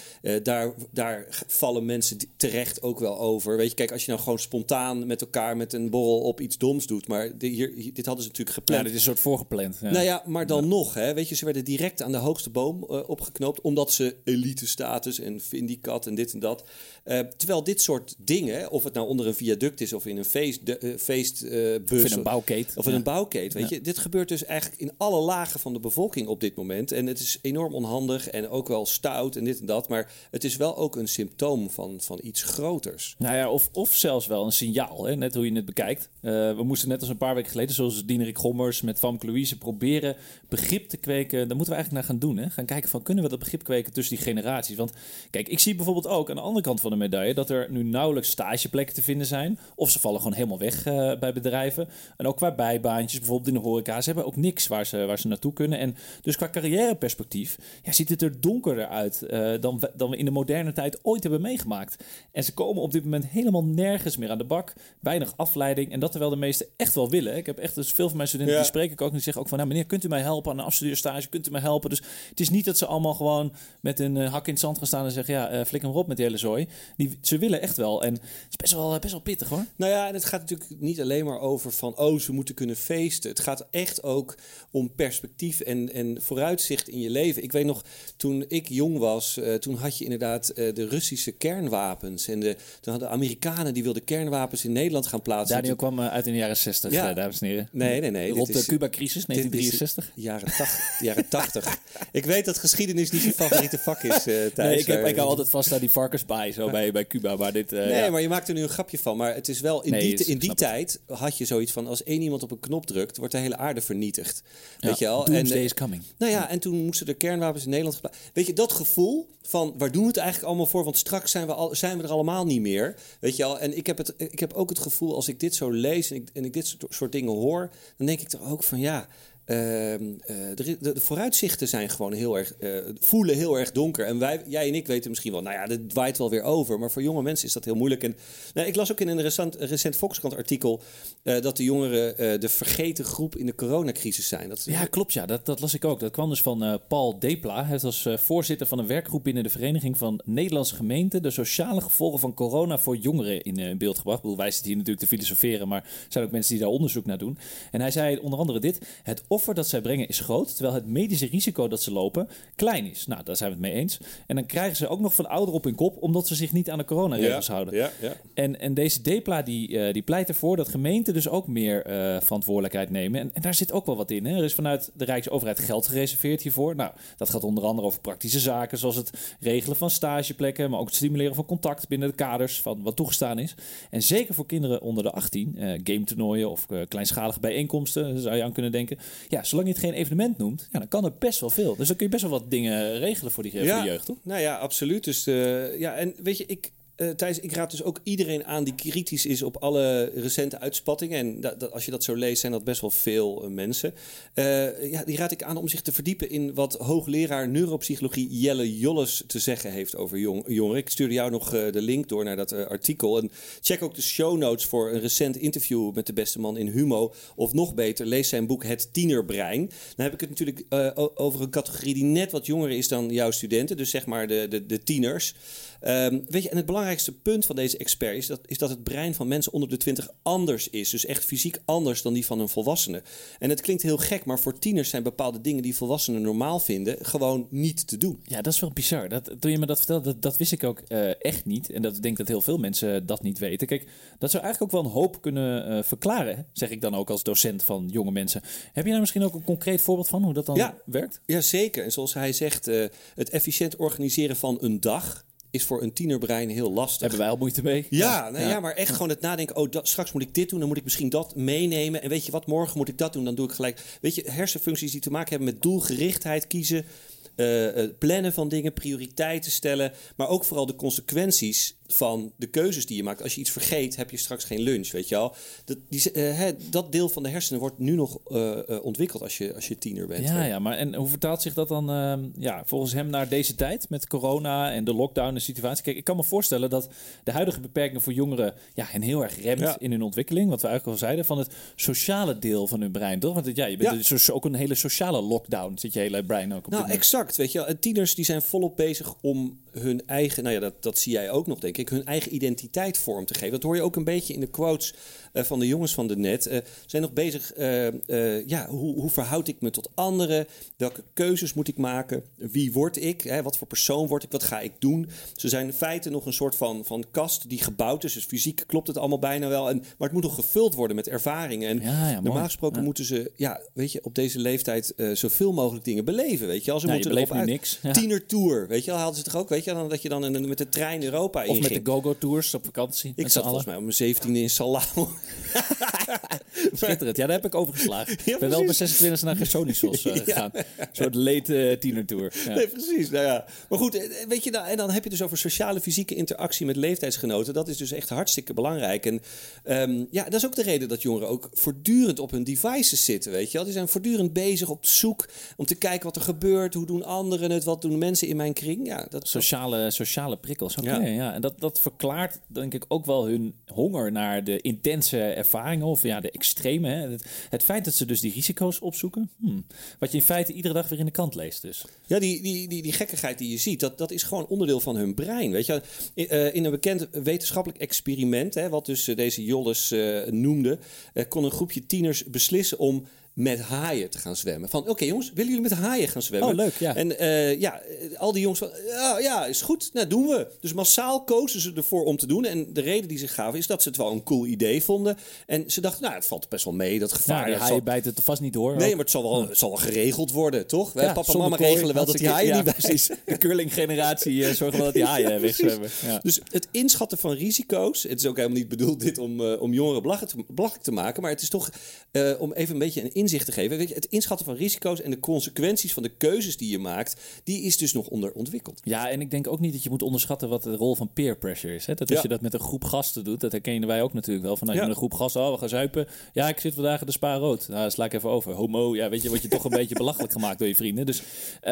Daar vallen mensen terecht ook wel over. Weet je, kijk, als je nou gewoon spontaan met elkaar met een borrel op iets doms doet. Maar dit hadden ze natuurlijk gepland. Ja, dit is een soort voorgepland. Ja. Nou ja, maar dan nog, hè, weet je, ze werden direct aan de hoogste boom opgeknoopt, omdat ze elite-status en vindicat en dit en dat. Terwijl dit soort dingen, of het nou onder een viaduct is of in een feestbus... of in een bouwkeet. Of in een bouwkeet, weet je. Dit gebeurt dus eigenlijk in alle lagen van de bevolking op dit moment. En het is enorm onhandig en ook wel stout en dit en dat. Maar het is wel ook een symptoom van iets groters. Nou ja, of zelfs wel een signaal, hè, net hoe je het bekijkt. We moesten net als een paar weken geleden, zoals Diederik Gommers met Famke Louise, proberen begrip te kweken. Daar moeten we eigenlijk naar gaan doen. Hè? Gaan kijken van, kunnen we dat begrip kweken tussen die generaties? Want kijk, ik zie bijvoorbeeld ook aan de andere kant van de medaille dat er nu nauwelijks stageplekken te vinden zijn. Of ze vallen gewoon helemaal weg bij bedrijven. En ook qua bijbaantjes, bijvoorbeeld in de horeca. Ze hebben ook niks waar ze naartoe kunnen. En dus qua carrièreperspectief ziet het er donkerder uit dan we in de moderne tijd ooit hebben meegemaakt. En ze komen op dit moment helemaal nergens meer aan de bak. Weinig afleiding. En dat terwijl de meesten echt wel willen. Ik heb echt dus veel van mijn studenten die spreken ik ook. Die zeggen ook van, nou meneer, kunt u mij helpen aan een afstudeerstage? Kunt u mij helpen? Dus het is niet dat ze allemaal gewoon met een hak in het zand gaan staan en zeggen, flik hem op met die hele zooi. Ze willen echt wel. En het is best wel pittig, hoor. Nou ja, en het gaat natuurlijk niet alleen maar over van, ze moeten kunnen feesten. Het gaat echt ook om perspectief en vooruitzicht in je leven. Ik weet nog, toen ik jong was, toen had je inderdaad de Russische kernwapens. En toen hadden de Amerikanen, die wilden kernwapens in Nederland gaan plaatsen. Daniel kwam uit in de jaren 60, dames en heren. Nee. Rond de Cuba-crisis, 1963. Jaren 80. Ik weet dat geschiedenis niet je favoriete vak is, Thijs. Nee, ik hou altijd vast aan die varkensbaai zo bij Cuba. Maar dit, maar je maakt er nu een grapje van. Maar het is wel, in die tijd had je zoiets van, als één iemand op een knop drukt, wordt de hele aarde vernietigd. Weet je wel? Doomsday is coming. Nou ja, en toen moesten er kernwapens in Nederland geplaatst. Weet je, dat gevoel van, waar doen we het eigenlijk allemaal voor? Want straks zijn we er allemaal niet meer. Weet je wel? En ik heb ook het gevoel, als ik dit zo lees en ik dit soort dingen hoor, dan denk ik er ook van, de vooruitzichten zijn gewoon voelen heel erg donker. En jij en ik weten misschien wel, dat waait wel weer over. Maar voor jonge mensen is dat heel moeilijk. En ik las ook in een recent Volkskrant artikel dat de jongeren de vergeten groep in de coronacrisis zijn. Klopt, ja. Dat las ik ook. Dat kwam dus van Paul Depla. Hij was voorzitter van een werkgroep binnen de Vereniging van Nederlandse Gemeenten. De sociale gevolgen van corona voor jongeren in beeld gebracht. Ik bedoel, wij zitten hier natuurlijk te filosoferen, maar er zijn ook mensen die daar onderzoek naar doen. En hij zei onder andere dit: het offer dat zij brengen is groot, terwijl het medische risico dat ze lopen klein is. Nou, daar zijn we het mee eens. En dan krijgen ze ook nog van ouder op hun kop, omdat ze zich niet aan de coronaregels houden. Ja. En deze Depla die pleit ervoor dat gemeenten dus ook meer verantwoordelijkheid nemen. En daar zit ook wel wat in. Hè? Er is vanuit de Rijksoverheid geld gereserveerd hiervoor. Nou, dat gaat onder andere over praktische zaken, zoals het regelen van stageplekken, maar ook het stimuleren van contact binnen de kaders van wat toegestaan is. En zeker voor kinderen onder de 18, gametoernooien of kleinschalige bijeenkomsten, zou je aan kunnen denken. Ja, zolang je het geen evenement noemt, dan kan er best wel veel. Dus dan kun je best wel wat dingen regelen voor die jeugd, toch? Nou ja, absoluut. Dus en weet je, Thijs, ik raad dus ook iedereen aan die kritisch is op alle recente uitspattingen. En als je dat zo leest, zijn dat best wel veel mensen. Die raad ik aan om zich te verdiepen in wat hoogleraar neuropsychologie Jelle Jolles te zeggen heeft over jongeren. Ik stuurde jou nog de link door naar dat artikel. En check ook de show notes voor een recent interview met de beste man in Humo. Of nog beter, lees zijn boek Het Tienerbrein. Dan heb ik het natuurlijk over een categorie die net wat jonger is dan jouw studenten. Dus zeg maar de tieners. Weet je, en het belangrijkste belangrijkste punt van deze expert is dat het brein van mensen onder de 20 anders is. Dus echt fysiek anders dan die van een volwassene. En het klinkt heel gek, maar voor tieners zijn bepaalde dingen die volwassenen normaal vinden gewoon niet te doen. Ja, dat is wel bizar. Toen je me dat vertelde, dat wist ik ook echt niet. En ik denk dat heel veel mensen dat niet weten. Kijk, dat zou eigenlijk ook wel een hoop kunnen verklaren, zeg ik dan ook als docent van jonge mensen. Heb je daar misschien ook een concreet voorbeeld van hoe dat dan werkt? Ja, zeker. En zoals hij zegt, het efficiënt organiseren van een dag is voor een tienerbrein heel lastig. Hebben wij al moeite mee? Ja, maar echt gewoon het nadenken. Straks moet ik dit doen, dan moet ik misschien dat meenemen. En weet je wat, morgen moet ik dat doen, dan doe ik gelijk. Weet je, hersenfuncties die te maken hebben met doelgerichtheid, kiezen, plannen van dingen, prioriteiten stellen, maar ook vooral de consequenties van de keuzes die je maakt. Als je iets vergeet, heb je straks geen lunch, weet je wel. Dat deel van de hersenen wordt nu nog ontwikkeld als je tiener bent. Ja, maar en hoe vertaalt zich dat dan volgens hem naar deze tijd met corona en de lockdown en situatie? Kijk, ik kan me voorstellen dat de huidige beperkingen voor jongeren hen heel erg remt in hun ontwikkeling, wat we eigenlijk al zeiden, van het sociale deel van hun brein, toch? Want je bent dus ook een hele sociale lockdown, zit je hele brein ook op. Nou, exact, weet je wel. En tieners die zijn volop bezig om hun eigen, dat zie jij ook nog, denk ik, hun eigen identiteit vorm te geven. Dat hoor je ook een beetje in de quotes van de jongens van de net. Zijn nog bezig, hoe verhoud ik me tot anderen? Welke keuzes moet ik maken? Wie word ik? Wat voor persoon word ik? Wat ga ik doen? Ze zijn in feite nog een soort van kast die gebouwd is. Dus fysiek klopt het allemaal bijna wel. Maar het moet nog gevuld worden met ervaringen. En normaal gesproken moeten ze, op deze leeftijd zoveel mogelijk dingen beleven. Weet je, als ze moeten erop uit. Niks. Ja. Tienertour, weet je, hadden ze toch ook, weet je, dat je dan met de trein Europa inging. Of met de go-go-tours op vakantie. Ik zat volgens mij om mijn 17e in Salau. Schitterend. Ja, daar heb ik overgeslagen. Ik ben wel bij 26 naar Gersonisos gegaan. Een soort late tienertour. Ja. Nee, precies. Nou ja. Maar goed, weet je, en dan heb je dus over sociale fysieke interactie met leeftijdsgenoten. Dat is dus echt hartstikke belangrijk. En dat is ook de reden dat jongeren ook voortdurend op hun devices zitten, weet je wel. Die zijn voortdurend bezig op zoek om te kijken wat er gebeurt. Hoe doen anderen het? Wat doen mensen in mijn kring? Ja, sociale prikkels. Ja. En dat verklaart denk ik ook wel hun honger naar de intense ervaringen of de extreme. Hè. Het feit dat ze dus die risico's opzoeken. Wat je in feite iedere dag weer in de krant leest dus. Ja, die gekkigheid die je ziet, dat is gewoon onderdeel van hun brein. Weet je, in een bekend wetenschappelijk experiment, wat dus deze Jolles noemde, kon een groepje tieners beslissen om met haaien te gaan zwemmen. Van, oké, jongens, willen jullie met haaien gaan zwemmen? Oh, leuk, ja. En al die jongens van, is goed, nou doen we. Dus massaal kozen ze ervoor om te doen. En de reden die ze gaven is dat ze het wel een cool idee vonden. En ze dachten, het valt best wel mee, dat gevaar. Die haaien bijten het vast niet door. Nee, maar het zal wel geregeld worden, toch? Papa en mama regelen wel dat die haaien niet bij precies. De curling-generatie zorgen wel dat die haaien wegzwemmen. Ja. Dus het inschatten van risico's, het is ook helemaal niet bedoeld dit om jongeren belachelijk te maken, maar het is toch om even een beetje een inzicht te geven. Weet je, het inschatten van risico's en de consequenties van de keuzes die je maakt, die is dus nog onderontwikkeld. Ja, en ik denk ook niet dat je moet onderschatten wat de rol van peer pressure is. Hè? Dat als je dat met een groep gasten doet, dat herkennen wij ook natuurlijk wel. Van als je met een groep gasten, we gaan zuipen. Ja, ik zit vandaag in de Spa Rood. Nou, sla ik even over. Homo, weet je, word je toch een beetje belachelijk gemaakt door je vrienden. Dus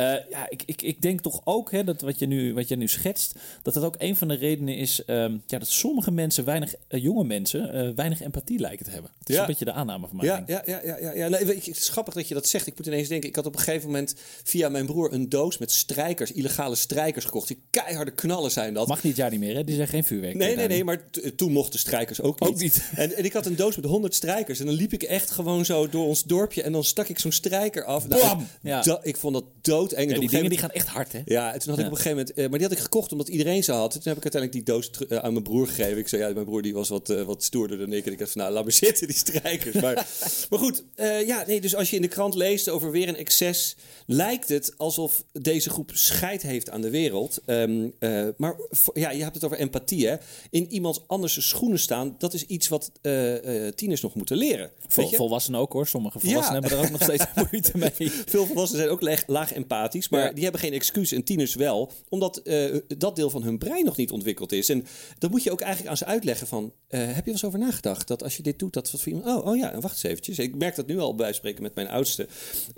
ik denk toch ook, dat wat je nu schetst, dat ook een van de redenen is dat sommige mensen, jonge mensen, weinig empathie lijken te hebben. Dat is een beetje de aanname van mij. Ja. Nee, het is grappig dat je dat zegt. Ik moet ineens denken, ik had op een gegeven moment via mijn broer een doos met strijkers, illegale strijkers gekocht. Die keiharde knallen zijn dat. Mag dit jaar niet meer, hè? Die zijn geen vuurwerk. Nee, maar toen mochten strijkers ook niet. En ik had een doos met 100 strijkers en dan liep ik echt gewoon zo door ons dorpje en dan stak ik zo'n strijker af. Ik vond dat doodeng. Ja, die dingen die gaan echt hard, hè? Ja, en toen had ik op een gegeven moment, maar die had ik gekocht omdat iedereen ze had. Toen heb ik uiteindelijk die doos aan mijn broer gegeven. Ik zei, mijn broer die was wat stoerder dan ik. En ik dacht van, laat maar zitten, die strijkers. Maar goed, dus als je in de krant leest over weer een excess, lijkt het alsof deze groep scheid heeft aan de wereld. Maar je hebt het over empathie, hè? In iemands anders schoenen staan, dat is iets wat tieners nog moeten leren. Volwassenen ook, hoor. Sommige volwassenen hebben er ook nog steeds moeite mee. Veel volwassenen zijn ook laag empathisch, maar die hebben geen excuus en tieners wel, omdat dat deel van hun brein nog niet ontwikkeld is. En dat moet je ook eigenlijk aan ze uitleggen van, heb je wel eens over nagedacht dat als je dit doet, dat wat voor iemand, wacht eens eventjes. Ik merk dat nu al bij spreken met mijn oudste.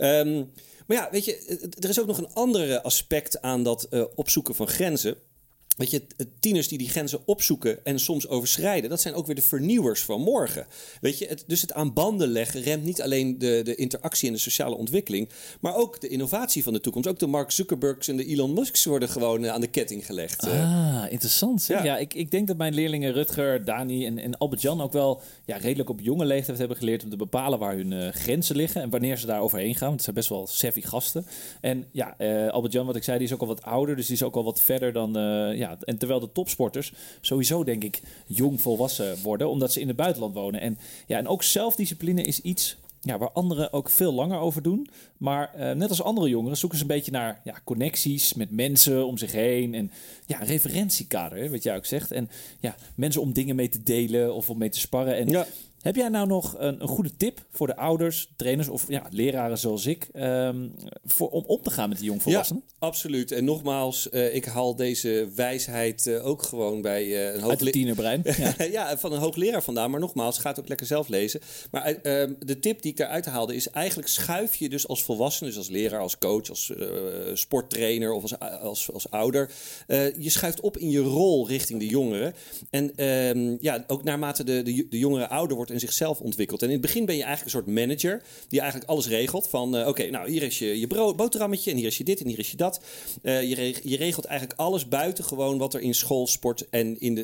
Maar weet je, er is ook nog een ander aspect aan dat opzoeken van grenzen. Weet je, tieners die grenzen opzoeken en soms overschrijden, dat zijn ook weer de vernieuwers van morgen. Weet je, dus het aan banden leggen remt niet alleen de interactie en de sociale ontwikkeling, maar ook de innovatie van de toekomst. Ook de Mark Zuckerbergs en de Elon Musks worden gewoon aan de ketting gelegd. Interessant. Ja, ik denk dat mijn leerlingen Rutger, Dani en Albert-Jan ook wel redelijk op jonge leeftijd hebben geleerd om te bepalen waar hun grenzen liggen en wanneer ze daar overheen gaan. Want het zijn best wel savvy gasten. En Albert-Jan, wat ik zei, die is ook al wat ouder, dus die is ook al wat verder dan... En terwijl de topsporters sowieso, denk ik, jong volwassen worden, omdat ze in het buitenland wonen. En ook zelfdiscipline is iets waar anderen ook veel langer over doen. Maar net als andere jongeren zoeken ze een beetje naar connecties met mensen om zich heen. En een referentiekader, wat jij ook zegt. En mensen om dingen mee te delen of om mee te sparren. En heb jij nou nog een goede tip voor de ouders, trainers of leraren zoals ik... om om te gaan met die jongvolwassenen? Ja, absoluut. En nogmaals, ik haal deze wijsheid ook gewoon bij een uit het tienerbrein. Van een hoogleraar vandaan. Maar nogmaals, ga het ook lekker zelf lezen. Maar de tip die ik daaruit haalde is eigenlijk schuif je dus als volwassene, dus als leraar, als coach, als sporttrainer of als ouder. Je schuift op in je rol richting de jongeren. En ook naarmate de jongere ouder wordt en zichzelf ontwikkelt. En in het begin ben je eigenlijk een soort manager die eigenlijk alles regelt. Van hier is je boterhammetje en hier is je dit en hier is je dat. Je regelt eigenlijk alles buiten gewoon wat er in school, sport en in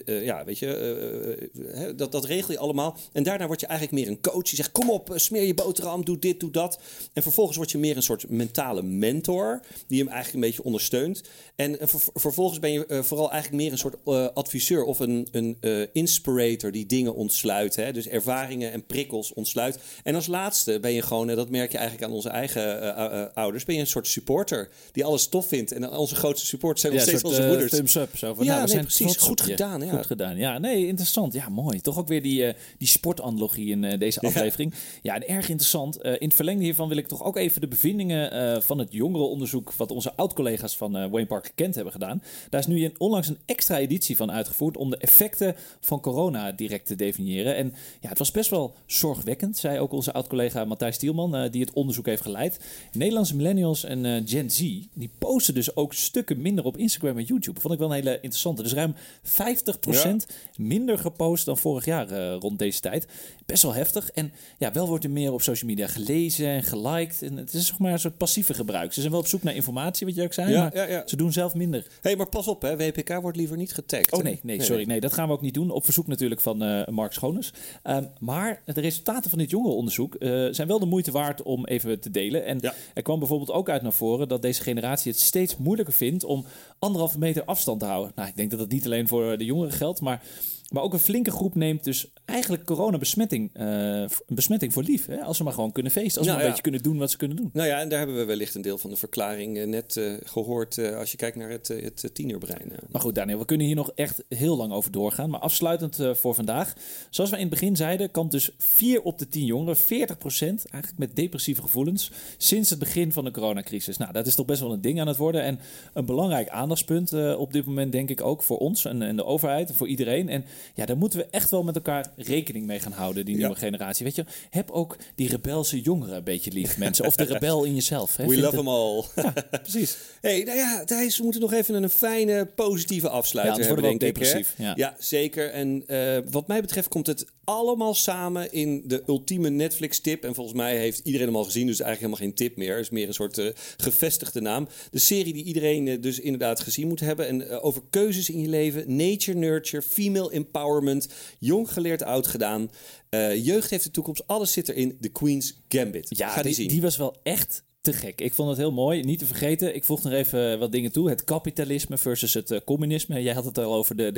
de... dat regel je allemaal. En daarna word je eigenlijk meer een coach. Je zegt, kom op, smeer je boterham, doe dit, doe dat. En vervolgens word je meer een soort mentale mentor die hem eigenlijk een beetje ondersteunt. En vervolgens ben je vooral eigenlijk meer een soort adviseur of een inspirator die dingen ontsluit. Hè? Dus ervaringen en prikkels ontsluit. En als laatste ben je gewoon, dat merk je eigenlijk aan onze eigen ouders, ben je een soort supporter die alles tof vindt. En onze grootste supporters zijn nog steeds onze moeders. Thumbs up. Zo van, we zijn precies. Goed gedaan. Ja. Goed gedaan. Ja, nee, interessant. Ja, mooi. Toch ook weer die sportanalogie in deze aflevering. Ja, en erg interessant. In het verlengde hiervan wil ik toch ook even de bevindingen van het jongerenonderzoek wat onze oud-collega's van Wayne Parker Kent hebben gedaan. Daar is nu onlangs een extra editie van uitgevoerd om de effecten van corona direct te definiëren. En het was best wel zorgwekkend, zei ook onze oud-collega Matthijs Tielman, die het onderzoek heeft geleid. Nederlandse millennials en Gen Z, die posten dus ook stukken minder op Instagram en YouTube. Vond ik wel een hele interessante. Dus ruim 50% minder gepost dan vorig jaar rond deze tijd. Best wel heftig. En wel wordt er meer op social media gelezen en geliked. En het is zeg maar een soort passieve gebruik. Ze zijn wel op zoek naar informatie, wat je ook zei, maar ze doen zelf minder. Maar pas op, hè. WPK wordt liever niet getagd. Oh nee, sorry. Nee, dat gaan we ook niet doen. Op verzoek natuurlijk van Mark Schoones. Maar de resultaten van dit jongerenonderzoek zijn wel de moeite waard om even te delen. En er kwam bijvoorbeeld ook uit naar voren dat deze generatie het steeds moeilijker vindt om 1,5 meter afstand te houden. Nou, ik denk dat dat niet alleen voor de jongeren geldt, maar ook een flinke groep neemt dus eigenlijk coronabesmetting besmetting voor lief. Hè? Als ze maar gewoon kunnen feesten. Als ze maar een beetje kunnen doen wat ze kunnen doen. Nou ja, en daar hebben we wellicht een deel van de verklaring net gehoord als je kijkt naar het tienerbrein. Maar goed, Daniel, we kunnen hier nog echt heel lang over doorgaan. Maar afsluitend voor vandaag. Zoals we in het begin zeiden, kampt dus 4 op de 10 jongeren, 40% eigenlijk met depressieve gevoelens sinds het begin van de coronacrisis. Nou, dat is toch best wel een ding aan het worden. En een belangrijk aandachtspunt op dit moment, denk ik ook voor ons en de overheid, voor iedereen. En daar moeten we echt wel met elkaar rekening mee gaan houden, die nieuwe generatie. Weet je, heb ook die rebelse jongeren een beetje lief, mensen. Of de rebel in jezelf. Hè? We love them all. Ja, precies. Thijs, we moeten nog even een fijne, positieve afsluiter hebben, denk ik. Depressief. Ja, zeker. En wat mij betreft komt het allemaal samen in de ultieme Netflix-tip. En volgens mij heeft iedereen hem al gezien, dus eigenlijk helemaal geen tip meer. Het is meer een soort gevestigde naam. De serie die iedereen dus inderdaad gezien moet hebben. En over keuzes in je leven, nature, nurture, female empowerment, jong geleerd, oud gedaan. Jeugd heeft de toekomst, alles zit erin. The Queen's Gambit. Ja, ga die zien. Die was wel echt te gek. Ik vond het heel mooi. Niet te vergeten, ik voeg nog even wat dingen toe. Het kapitalisme versus het communisme. Jij had het al over de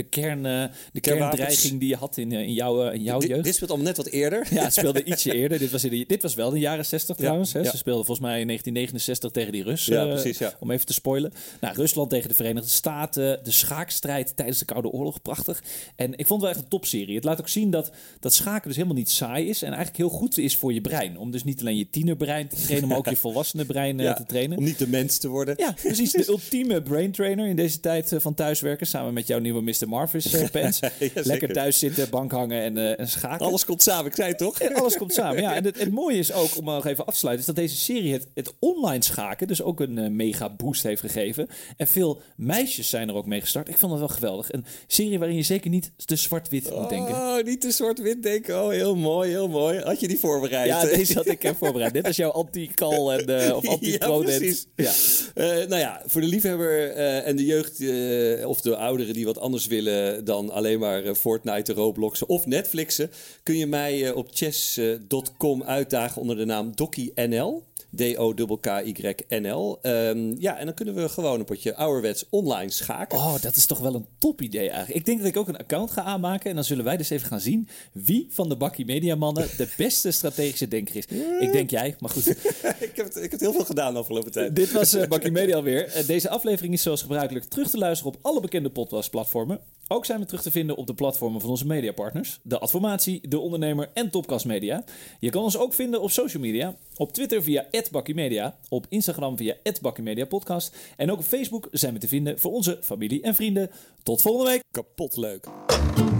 kerndreiging die je had in jouw jeugd. Dit speelt allemaal net wat eerder. Ja, het speelde ietsje eerder. Dit was wel de jaren 60 trouwens. Hè? Ze speelden volgens mij in 1969 tegen die Rus. Ja, precies. Ja. Om even te spoilen. Nou, Rusland tegen de Verenigde Staten. De schaakstrijd tijdens de Koude Oorlog. Prachtig. En ik vond het wel echt een topserie. Het laat ook zien dat schaken dus helemaal niet saai is. En eigenlijk heel goed is voor je brein. Om dus niet alleen je tienerbrein te trainen, maar ook je volwassenen hersenen-brein te trainen. Om niet de mens te worden. Ja, precies. De ultieme brain trainer in deze tijd van thuiswerken. Samen met jouw nieuwe Mr. Marvis pens. Lekker thuis zitten, bank hangen en schaken. Alles komt samen, ik zei het toch? Alles komt samen, ja. En het mooie is ook, om nog even af te sluiten, is dat deze serie het online schaken dus ook een mega boost heeft gegeven. En veel meisjes zijn er ook mee gestart. Ik vond het wel geweldig. Een serie waarin je zeker niet te zwart-wit moet denken. Oh, niet te zwart-wit denken. Oh, heel mooi, heel mooi. Had je die voorbereid? Ja, deze had ik voorbereid. Net als jouw anti-kal of anti-pronent. Ja, precies. Ja. Nou ja, voor de liefhebber en de jeugd of de ouderen die wat anders willen dan alleen maar Fortnite, Robloxen of Netflixen, kun je mij op chess.com uitdagen onder de naam DokkyNL. DOKKYNL. Ja, en dan kunnen we gewoon een potje ouderwets online schaken. Oh, dat is toch wel een top idee eigenlijk. Ik denk dat ik ook een account ga aanmaken en dan zullen wij dus even gaan zien wie van de Bakkie Media mannen de beste strategische denker is. Ik denk jij, maar goed. ik heb heel veel gedaan de afgelopen tijd. Dit was Bakkie Media alweer. Deze aflevering is zoals gebruikelijk terug te luisteren op alle bekende podcastplatformen. Ook zijn we terug te vinden op de platformen van onze mediapartners. De Adformatie, De Ondernemer en Topcast Media. Je kan ons ook vinden op social media. Op Twitter via @BakkieMedia. Op Instagram via @BakkieMediaPodcast. En ook op Facebook zijn we te vinden voor onze familie en vrienden. Tot volgende week. Kapot leuk.